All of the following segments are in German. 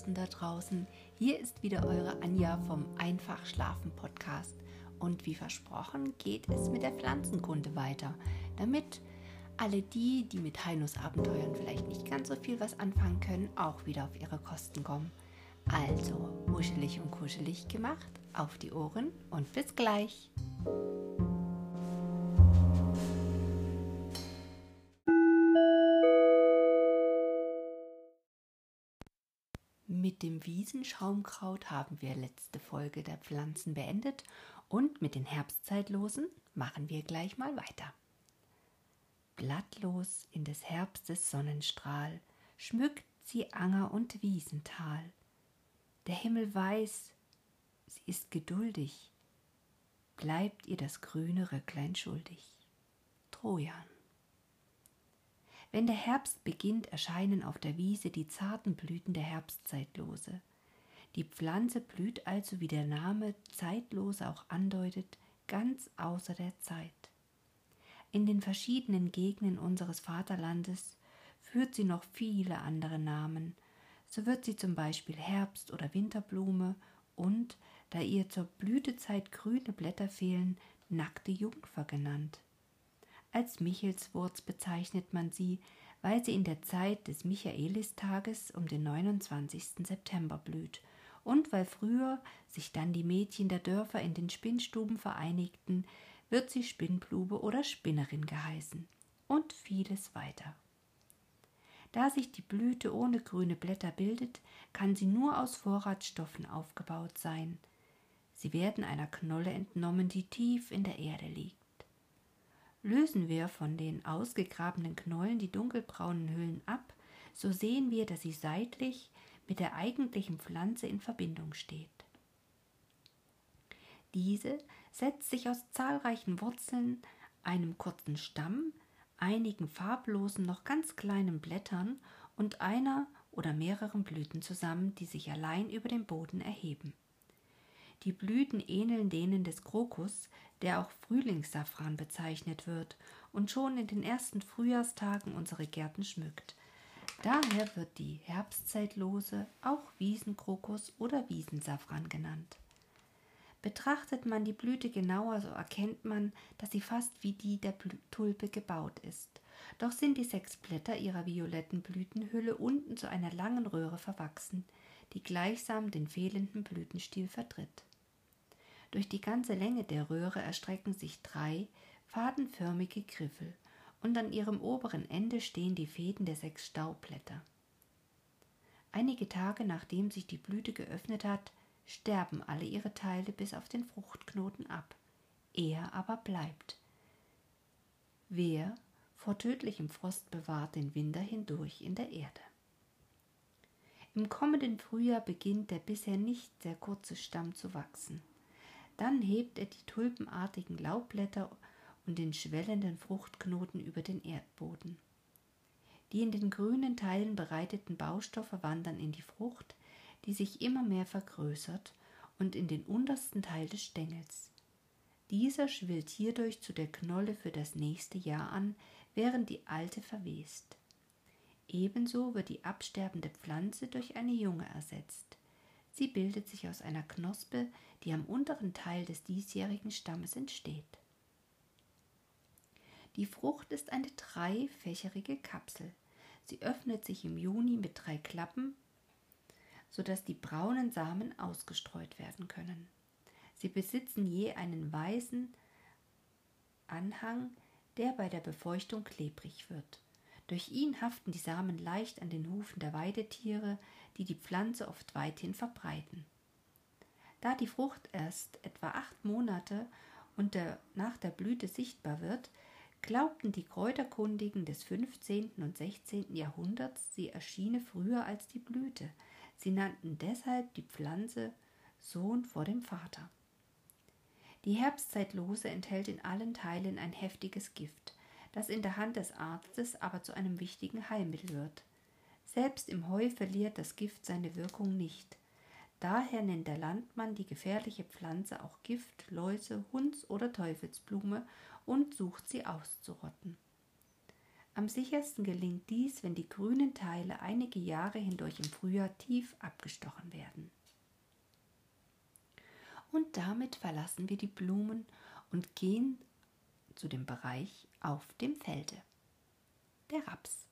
Liebhasen da draußen. Hier ist wieder eure Anja vom Einfach Schlafen Podcast. Und wie versprochen geht es mit der Pflanzenkunde weiter, damit alle die mit Heinos Abenteuern vielleicht nicht ganz so viel was anfangen können, auch wieder auf ihre Kosten kommen. Also muschelig und kuschelig gemacht, auf die Ohren und bis gleich. Mit dem Wiesenschaumkraut haben wir letzte Folge der Pflanzen beendet und mit den Herbstzeitlosen machen wir gleich mal weiter. Blattlos in des Herbstes Sonnenstrahl schmückt sie Anger und Wiesental. Der Himmel weiß, sie ist geduldig, bleibt ihr das grüne Röcklein schuldig. Trojan. Wenn der Herbst beginnt, erscheinen auf der Wiese die zarten Blüten der Herbstzeitlose. Die Pflanze blüht also, wie der Name Zeitlose auch andeutet, ganz außer der Zeit. In den verschiedenen Gegenden unseres Vaterlandes führt sie noch viele andere Namen. So wird sie zum Beispiel Herbst- oder Winterblume und, da ihr zur Blütezeit grüne Blätter fehlen, nackte Jungfer genannt. Als Michelswurz bezeichnet man sie, weil sie in der Zeit des Michaelistages um den 29. September blüht und weil früher sich dann die Mädchen der Dörfer in den Spinnstuben vereinigten, wird sie Spinnblume oder Spinnerin geheißen und vieles weiter. Da sich die Blüte ohne grüne Blätter bildet, kann sie nur aus Vorratsstoffen aufgebaut sein. Sie werden einer Knolle entnommen, die tief in der Erde liegt. Lösen wir von den ausgegrabenen Knollen die dunkelbraunen Hüllen ab, so sehen wir, dass sie seitlich mit der eigentlichen Pflanze in Verbindung steht. Diese setzt sich aus zahlreichen Wurzeln, einem kurzen Stamm, einigen farblosen, noch ganz kleinen Blättern und einer oder mehreren Blüten zusammen, die sich allein über dem Boden erheben. Die Blüten ähneln denen des Krokus, der auch Frühlingssafran bezeichnet wird und schon in den ersten Frühjahrstagen unsere Gärten schmückt. Daher wird die Herbstzeitlose auch Wiesenkrokus oder Wiesensafran genannt. Betrachtet man die Blüte genauer, so erkennt man, dass sie fast wie die der Tulpe gebaut ist. Doch sind die 6 Blätter ihrer violetten Blütenhülle unten zu einer langen Röhre verwachsen, die gleichsam den fehlenden Blütenstiel vertritt. Durch die ganze Länge der Röhre erstrecken sich 3 fadenförmige Griffel und an ihrem oberen Ende stehen die Fäden der 6 Staubblätter. Einige Tage nachdem sich die Blüte geöffnet hat, sterben alle ihre Teile bis auf den Fruchtknoten ab. Er aber bleibt. Wer vor tödlichem Frost bewahrt den Winter hindurch in der Erde. Im kommenden Frühjahr beginnt der bisher nicht sehr kurze Stamm zu wachsen. Dann hebt er die tulpenartigen Laubblätter und den schwellenden Fruchtknoten über den Erdboden. Die in den grünen Teilen bereiteten Baustoffe wandern in die Frucht, die sich immer mehr vergrößert, und in den untersten Teil des Stängels. Dieser schwillt hierdurch zu der Knolle für das nächste Jahr an, während die alte verwest. Ebenso wird die absterbende Pflanze durch eine junge ersetzt. Sie bildet sich aus einer Knospe, die am unteren Teil des diesjährigen Stammes entsteht. Die Frucht ist eine 3-fächerige Kapsel. Sie öffnet sich im Juni mit 3 Klappen, sodass die braunen Samen ausgestreut werden können. Sie besitzen je einen weißen Anhang, der bei der Befeuchtung klebrig wird. Durch ihn haften die Samen leicht an den Hufen der Weidetiere, die die Pflanze oft weithin verbreiten. Da die Frucht erst etwa 8 Monate nach der Blüte sichtbar wird, glaubten die Kräuterkundigen des 15. und 16. Jahrhunderts, sie erschiene früher als die Blüte. Sie nannten deshalb die Pflanze Sohn vor dem Vater. Die Herbstzeitlose enthält in allen Teilen ein heftiges Gift, das in der Hand des Arztes aber zu einem wichtigen Heilmittel wird. Selbst im Heu verliert das Gift seine Wirkung nicht. Daher nennt der Landmann die gefährliche Pflanze auch Gift, Läuse, Hunds- oder Teufelsblume und sucht sie auszurotten. Am sichersten gelingt dies, wenn die grünen Teile einige Jahre hindurch im Frühjahr tief abgestochen werden. Und damit verlassen wir die Blumen und gehen zu dem Bereich auf dem Felde. Der Raps.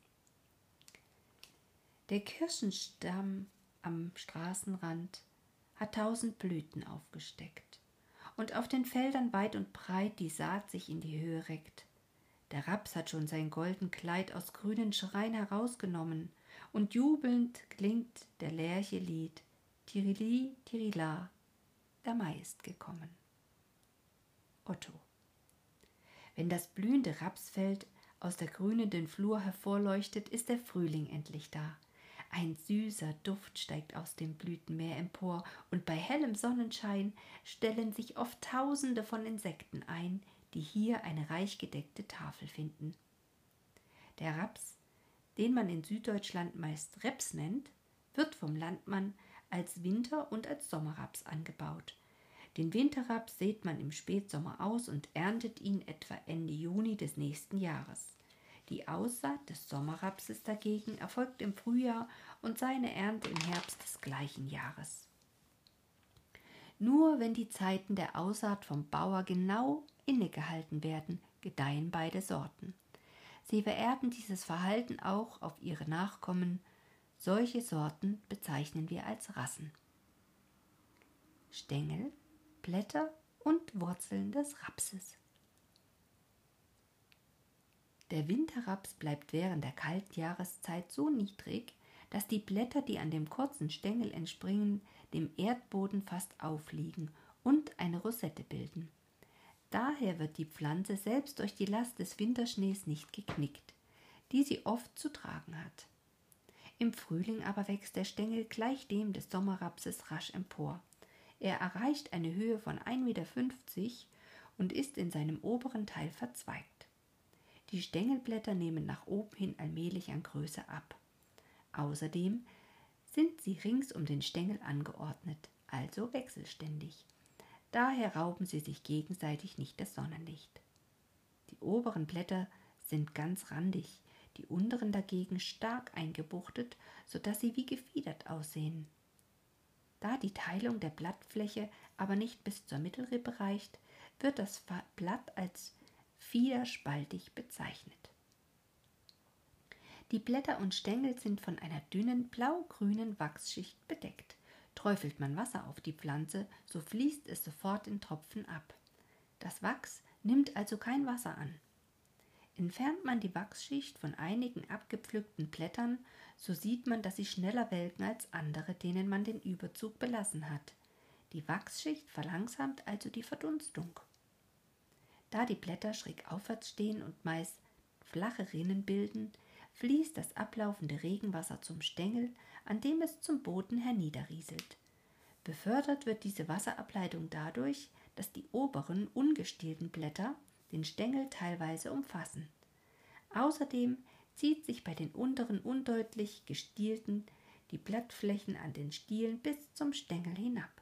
Der Kirschenstamm am Straßenrand hat 1000 Blüten aufgesteckt und auf den Feldern weit und breit die Saat sich in die Höhe reckt. Der Raps hat schon sein golden Kleid aus grünen Schrein herausgenommen und jubelnd klingt der Lerche Lied. Tirili, tirila, der Mai ist gekommen. Otto. Wenn das blühende Rapsfeld aus der grünenden Flur hervorleuchtet, ist der Frühling endlich da. Ein süßer Duft steigt aus dem Blütenmeer empor, und bei hellem Sonnenschein stellen sich oft Tausende von Insekten ein, die hier eine reich gedeckte Tafel finden. Der Raps, den man in Süddeutschland meist Reps nennt, wird vom Landmann als Winter- und als Sommerraps angebaut. Den Winterraps sät man im Spätsommer aus und erntet ihn etwa Ende Juni des nächsten Jahres. Die Aussaat des Sommerrapses dagegen erfolgt im Frühjahr und seine Ernte im Herbst des gleichen Jahres. Nur wenn die Zeiten der Aussaat vom Bauer genau innegehalten werden, gedeihen beide Sorten. Sie vererben dieses Verhalten auch auf ihre Nachkommen. Solche Sorten bezeichnen wir als Rassen. Stängel, Blätter und Wurzeln des Rapses. Der Winterraps bleibt während der Kaltjahreszeit so niedrig, dass die Blätter, die an dem kurzen Stängel entspringen, dem Erdboden fast aufliegen und eine Rosette bilden. Daher wird die Pflanze selbst durch die Last des Winterschnees nicht geknickt, die sie oft zu tragen hat. Im Frühling aber wächst der Stängel gleich dem des Sommerrapses rasch empor. Er erreicht eine Höhe von 1,50 Meter und ist in seinem oberen Teil verzweigt. Die Stängelblätter nehmen nach oben hin allmählich an Größe ab. Außerdem sind sie rings um den Stängel angeordnet, also wechselständig. Daher rauben sie sich gegenseitig nicht das Sonnenlicht. Die oberen Blätter sind ganz randig, die unteren dagegen stark eingebuchtet, sodass sie wie gefiedert aussehen. Da die Teilung der Blattfläche aber nicht bis zur Mittelrippe reicht, wird das Blatt als fiederspaltig bezeichnet. Die Blätter und Stängel sind von einer dünnen blau-grünen Wachsschicht bedeckt. Träufelt man Wasser auf die Pflanze, so fließt es sofort in Tropfen ab. Das Wachs nimmt also kein Wasser an. Entfernt man die Wachsschicht von einigen abgepflückten Blättern, so sieht man, dass sie schneller welken als andere, denen man den Überzug belassen hat. Die Wachsschicht verlangsamt also die Verdunstung. Da die Blätter schräg aufwärts stehen und meist flache Rinnen bilden, fließt das ablaufende Regenwasser zum Stängel, an dem es zum Boden herniederrieselt. Befördert wird diese Wasserableitung dadurch, dass die oberen, ungestielten Blätter den Stängel teilweise umfassen. Außerdem zieht sich bei den unteren, undeutlich gestielten die Blattflächen an den Stielen bis zum Stängel hinab.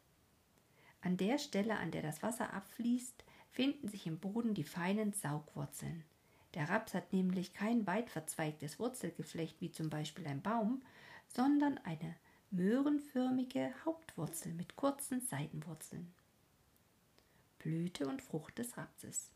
An der Stelle, an der das Wasser abfließt, finden sich im Boden die feinen Saugwurzeln. Der Raps hat nämlich kein weit verzweigtes Wurzelgeflecht wie zum Beispiel ein Baum, sondern eine möhrenförmige Hauptwurzel mit kurzen Seitenwurzeln. Blüte und Frucht des Rapses.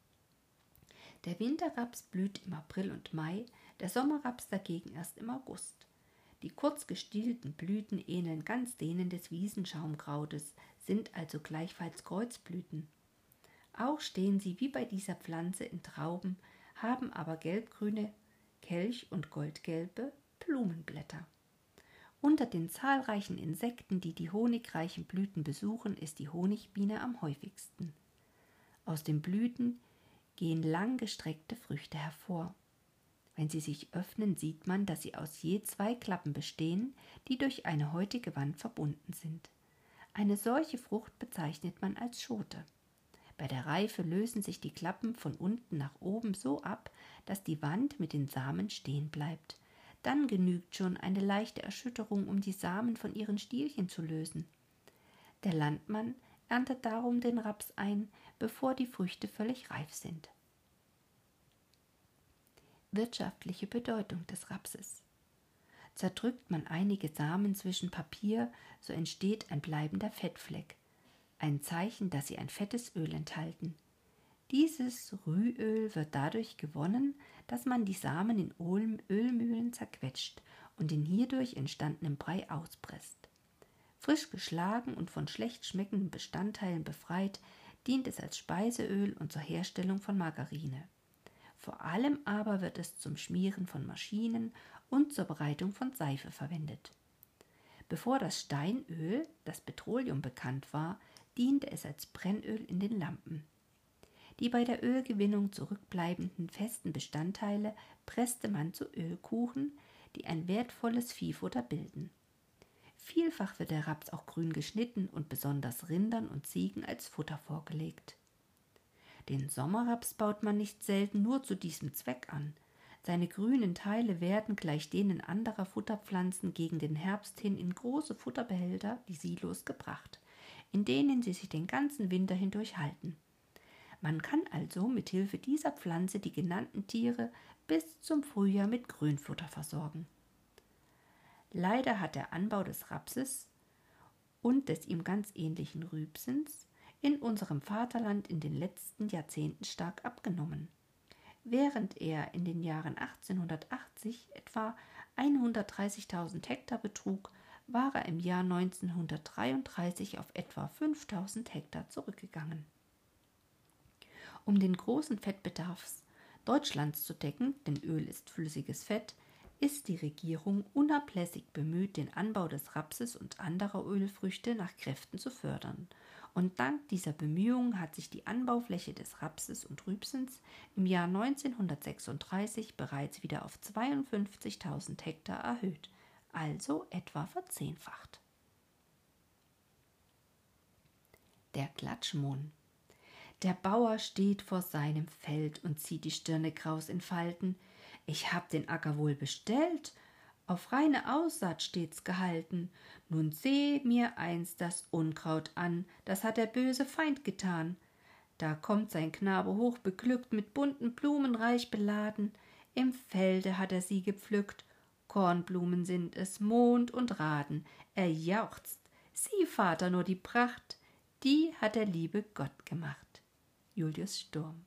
Der Winterraps blüht im April und Mai, der Sommerraps dagegen erst im August. Die kurz gestielten Blüten ähneln ganz denen des Wiesenschaumkrautes, sind also gleichfalls Kreuzblüten. Auch stehen sie wie bei dieser Pflanze in Trauben, haben aber gelbgrüne, kelch- und goldgelbe Blumenblätter. Unter den zahlreichen Insekten, die die honigreichen Blüten besuchen, ist die Honigbiene am häufigsten. Aus den Blüten gehen langgestreckte Früchte hervor. Wenn sie sich öffnen, sieht man, dass sie aus je 2 Klappen bestehen, die durch eine häutige Wand verbunden sind. Eine solche Frucht bezeichnet man als Schote. Bei der Reife lösen sich die Klappen von unten nach oben so ab, dass die Wand mit den Samen stehen bleibt. Dann genügt schon eine leichte Erschütterung, um die Samen von ihren Stielchen zu lösen. Der Landmann erntet darum den Raps ein, bevor die Früchte völlig reif sind. Wirtschaftliche Bedeutung des Rapses. Zerdrückt man einige Samen zwischen Papier, so entsteht ein bleibender Fettfleck, ein Zeichen, dass sie ein fettes Öl enthalten. Dieses Rühöl wird dadurch gewonnen, dass man die Samen in Ölmühlen zerquetscht und den hierdurch entstandenen Brei auspresst. Frisch geschlagen und von schlecht schmeckenden Bestandteilen befreit, dient es als Speiseöl und zur Herstellung von Margarine. Vor allem aber wird es zum Schmieren von Maschinen und zur Bereitung von Seife verwendet. Bevor das Steinöl, das Petroleum, bekannt war, diente es als Brennöl in den Lampen. Die bei der Ölgewinnung zurückbleibenden festen Bestandteile presste man zu Ölkuchen, die ein wertvolles Viehfutter bilden. Vielfach wird der Raps auch grün geschnitten und besonders Rindern und Ziegen als Futter vorgelegt. Den Sommerraps baut man nicht selten nur zu diesem Zweck an. Seine grünen Teile werden gleich denen anderer Futterpflanzen gegen den Herbst hin in große Futterbehälter, die Silos, gebracht, in denen sie sich den ganzen Winter hindurch halten. Man kann also mit Hilfe dieser Pflanze die genannten Tiere bis zum Frühjahr mit Grünfutter versorgen. Leider hat der Anbau des Rapses und des ihm ganz ähnlichen Rübsens in unserem Vaterland in den letzten Jahrzehnten stark abgenommen. Während er in den Jahren 1880 etwa 130.000 Hektar betrug, war er im Jahr 1933 auf etwa 5.000 Hektar zurückgegangen. Um den großen Fettbedarf Deutschlands zu decken, denn Öl ist flüssiges Fett, ist die Regierung unablässig bemüht, den Anbau des Rapses und anderer Ölfrüchte nach Kräften zu fördern. Und dank dieser Bemühungen hat sich die Anbaufläche des Rapses und Rübsens im Jahr 1936 bereits wieder auf 52.000 Hektar erhöht, also etwa verzehnfacht. Der Klatschmohn. Der Bauer steht vor seinem Feld und zieht die Stirne kraus in Falten. Ich hab den Acker wohl bestellt, auf reine Aussaat stets gehalten. Nun seh mir einst das Unkraut an, das hat der böse Feind getan. Da kommt sein Knabe hochbeglückt, mit bunten Blumen reich beladen. Im Felde hat er sie gepflückt, Kornblumen sind es, Mond und Raden. Er jauchzt, sieh, Vater, nur die Pracht, die hat der liebe Gott gemacht. Julius Sturm.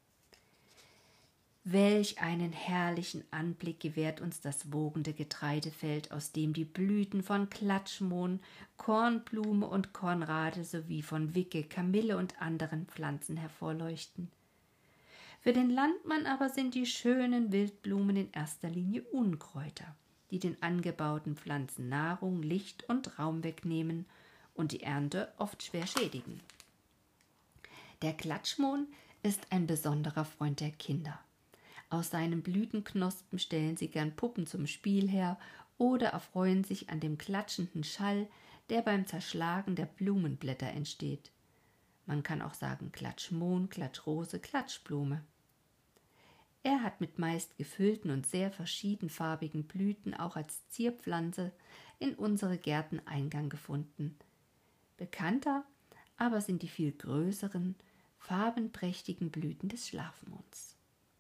Welch einen herrlichen Anblick gewährt uns das wogende Getreidefeld, aus dem die Blüten von Klatschmohn, Kornblume und Kornrade sowie von Wicke, Kamille und anderen Pflanzen hervorleuchten. Für den Landmann aber sind die schönen Wildblumen in erster Linie Unkräuter, die den angebauten Pflanzen Nahrung, Licht und Raum wegnehmen und die Ernte oft schwer schädigen. Der Klatschmohn ist ein besonderer Freund der Kinder. Aus seinen Blütenknospen stellen sie gern Puppen zum Spiel her oder erfreuen sich an dem klatschenden Schall, der beim Zerschlagen der Blumenblätter entsteht. Man kann auch sagen Klatschmohn, Klatschrose, Klatschblume. Er hat mit meist gefüllten und sehr verschiedenfarbigen Blüten auch als Zierpflanze in unsere Gärten Eingang gefunden. Bekannter aber sind die viel größeren, farbenprächtigen Blüten des Schlafmohns.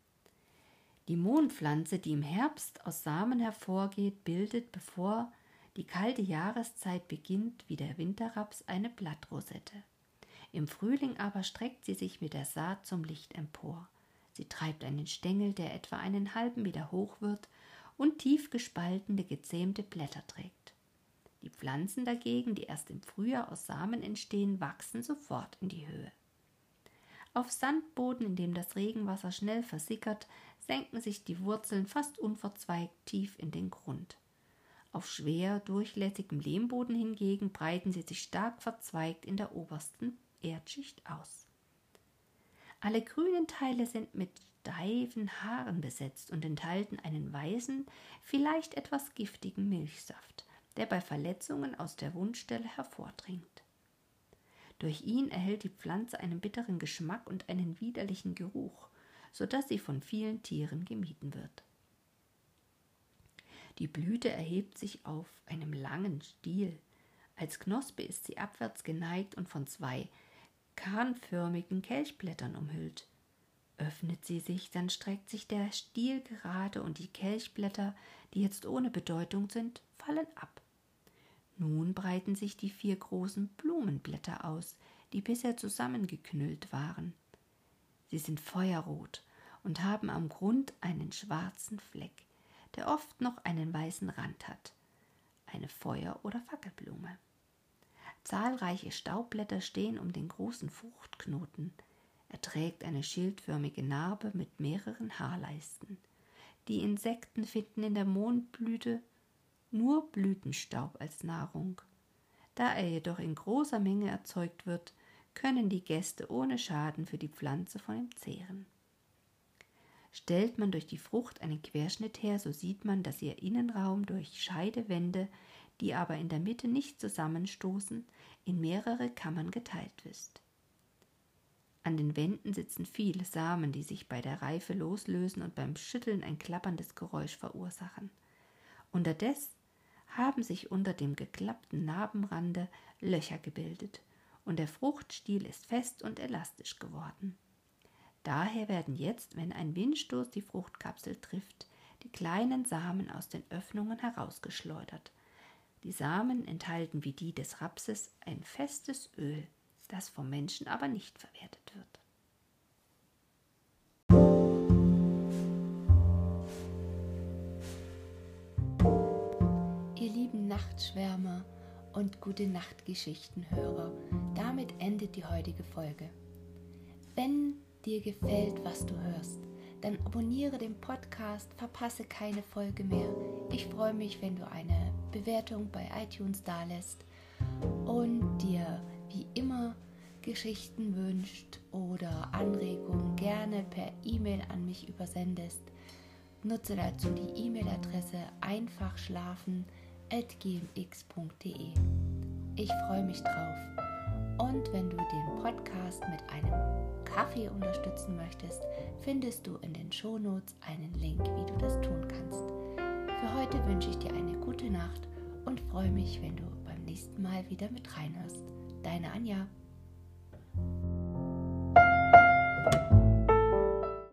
Die Mohnpflanze, die im Herbst aus Samen hervorgeht, bildet, bevor die kalte Jahreszeit beginnt, wie der Winterraps, eine Blattrosette. Im Frühling aber streckt sie sich mit der Saat zum Licht empor. Sie treibt einen Stängel, der etwa einen halben Meter hoch wird und tief gespaltene, gezähmte Blätter trägt. Die Pflanzen dagegen, die erst im Frühjahr aus Samen entstehen, wachsen sofort in die Höhe. Auf Sandboden, in dem das Regenwasser schnell versickert, senken sich die Wurzeln fast unverzweigt tief in den Grund. Auf schwer durchlässigem Lehmboden hingegen breiten sie sich stark verzweigt in der obersten Erdschicht aus. Alle grünen Teile sind mit steifen Haaren besetzt und enthalten einen weißen, vielleicht etwas giftigen Milchsaft, der bei Verletzungen aus der Wundstelle hervordringt. Durch ihn erhält die Pflanze einen bitteren Geschmack und einen widerlichen Geruch, so dass sie von vielen Tieren gemieden wird. Die Blüte erhebt sich auf einem langen Stiel. Als Knospe ist sie abwärts geneigt und von zwei kahnförmigen Kelchblättern umhüllt. Öffnet sie sich, dann streckt sich der Stiel gerade und die Kelchblätter, die jetzt ohne Bedeutung sind, fallen ab. Nun breiten sich die 4 großen Blumenblätter aus, die bisher zusammengeknüllt waren. Sie sind feuerrot und haben am Grund einen schwarzen Fleck, der oft noch einen weißen Rand hat, eine Feuer- oder Fackelblume. Zahlreiche Staubblätter stehen um den großen Fruchtknoten. Er trägt eine schildförmige Narbe mit mehreren Haarleisten. Die Insekten finden in der Mohnblüte nur Blütenstaub als Nahrung. Da er jedoch in großer Menge erzeugt wird, können die Gäste ohne Schaden für die Pflanze von ihm zehren. Stellt man durch die Frucht einen Querschnitt her, so sieht man, dass ihr Innenraum durch Scheidewände, die aber in der Mitte nicht zusammenstoßen, in mehrere Kammern geteilt ist. An den Wänden sitzen viele Samen, die sich bei der Reife loslösen und beim Schütteln ein klapperndes Geräusch verursachen. Unterdessen haben sich unter dem geklappten Narbenrande Löcher gebildet und der Fruchtstiel ist fest und elastisch geworden. Daher werden jetzt, wenn ein Windstoß die Fruchtkapsel trifft, die kleinen Samen aus den Öffnungen herausgeschleudert. Die Samen enthalten wie die des Rapses ein festes Öl, das vom Menschen aber nicht verwertet wird. Ihr lieben Nachtschwärmer und Gute-Nacht-Geschichtenhörer, damit endet die heutige Folge. Wenn dir gefällt, was du hörst, dann abonniere den Podcast, verpasse keine Folge mehr. Ich freue mich, wenn du eine Bewertung bei iTunes dalässt und dir wie immer Geschichten wünscht oder Anregungen gerne per E-Mail an mich übersendest. Nutze dazu die E-Mail-Adresse einfachschlafen@gmx.de. Ich freue mich drauf. Und wenn du den Podcast mit einem Kaffee unterstützen möchtest, findest du in den Shownotes einen Link, wie du das tun kannst. Für heute wünsche ich dir eine gute Nacht und freue mich, wenn du beim nächsten Mal wieder mit reinhörst. Deine Anja.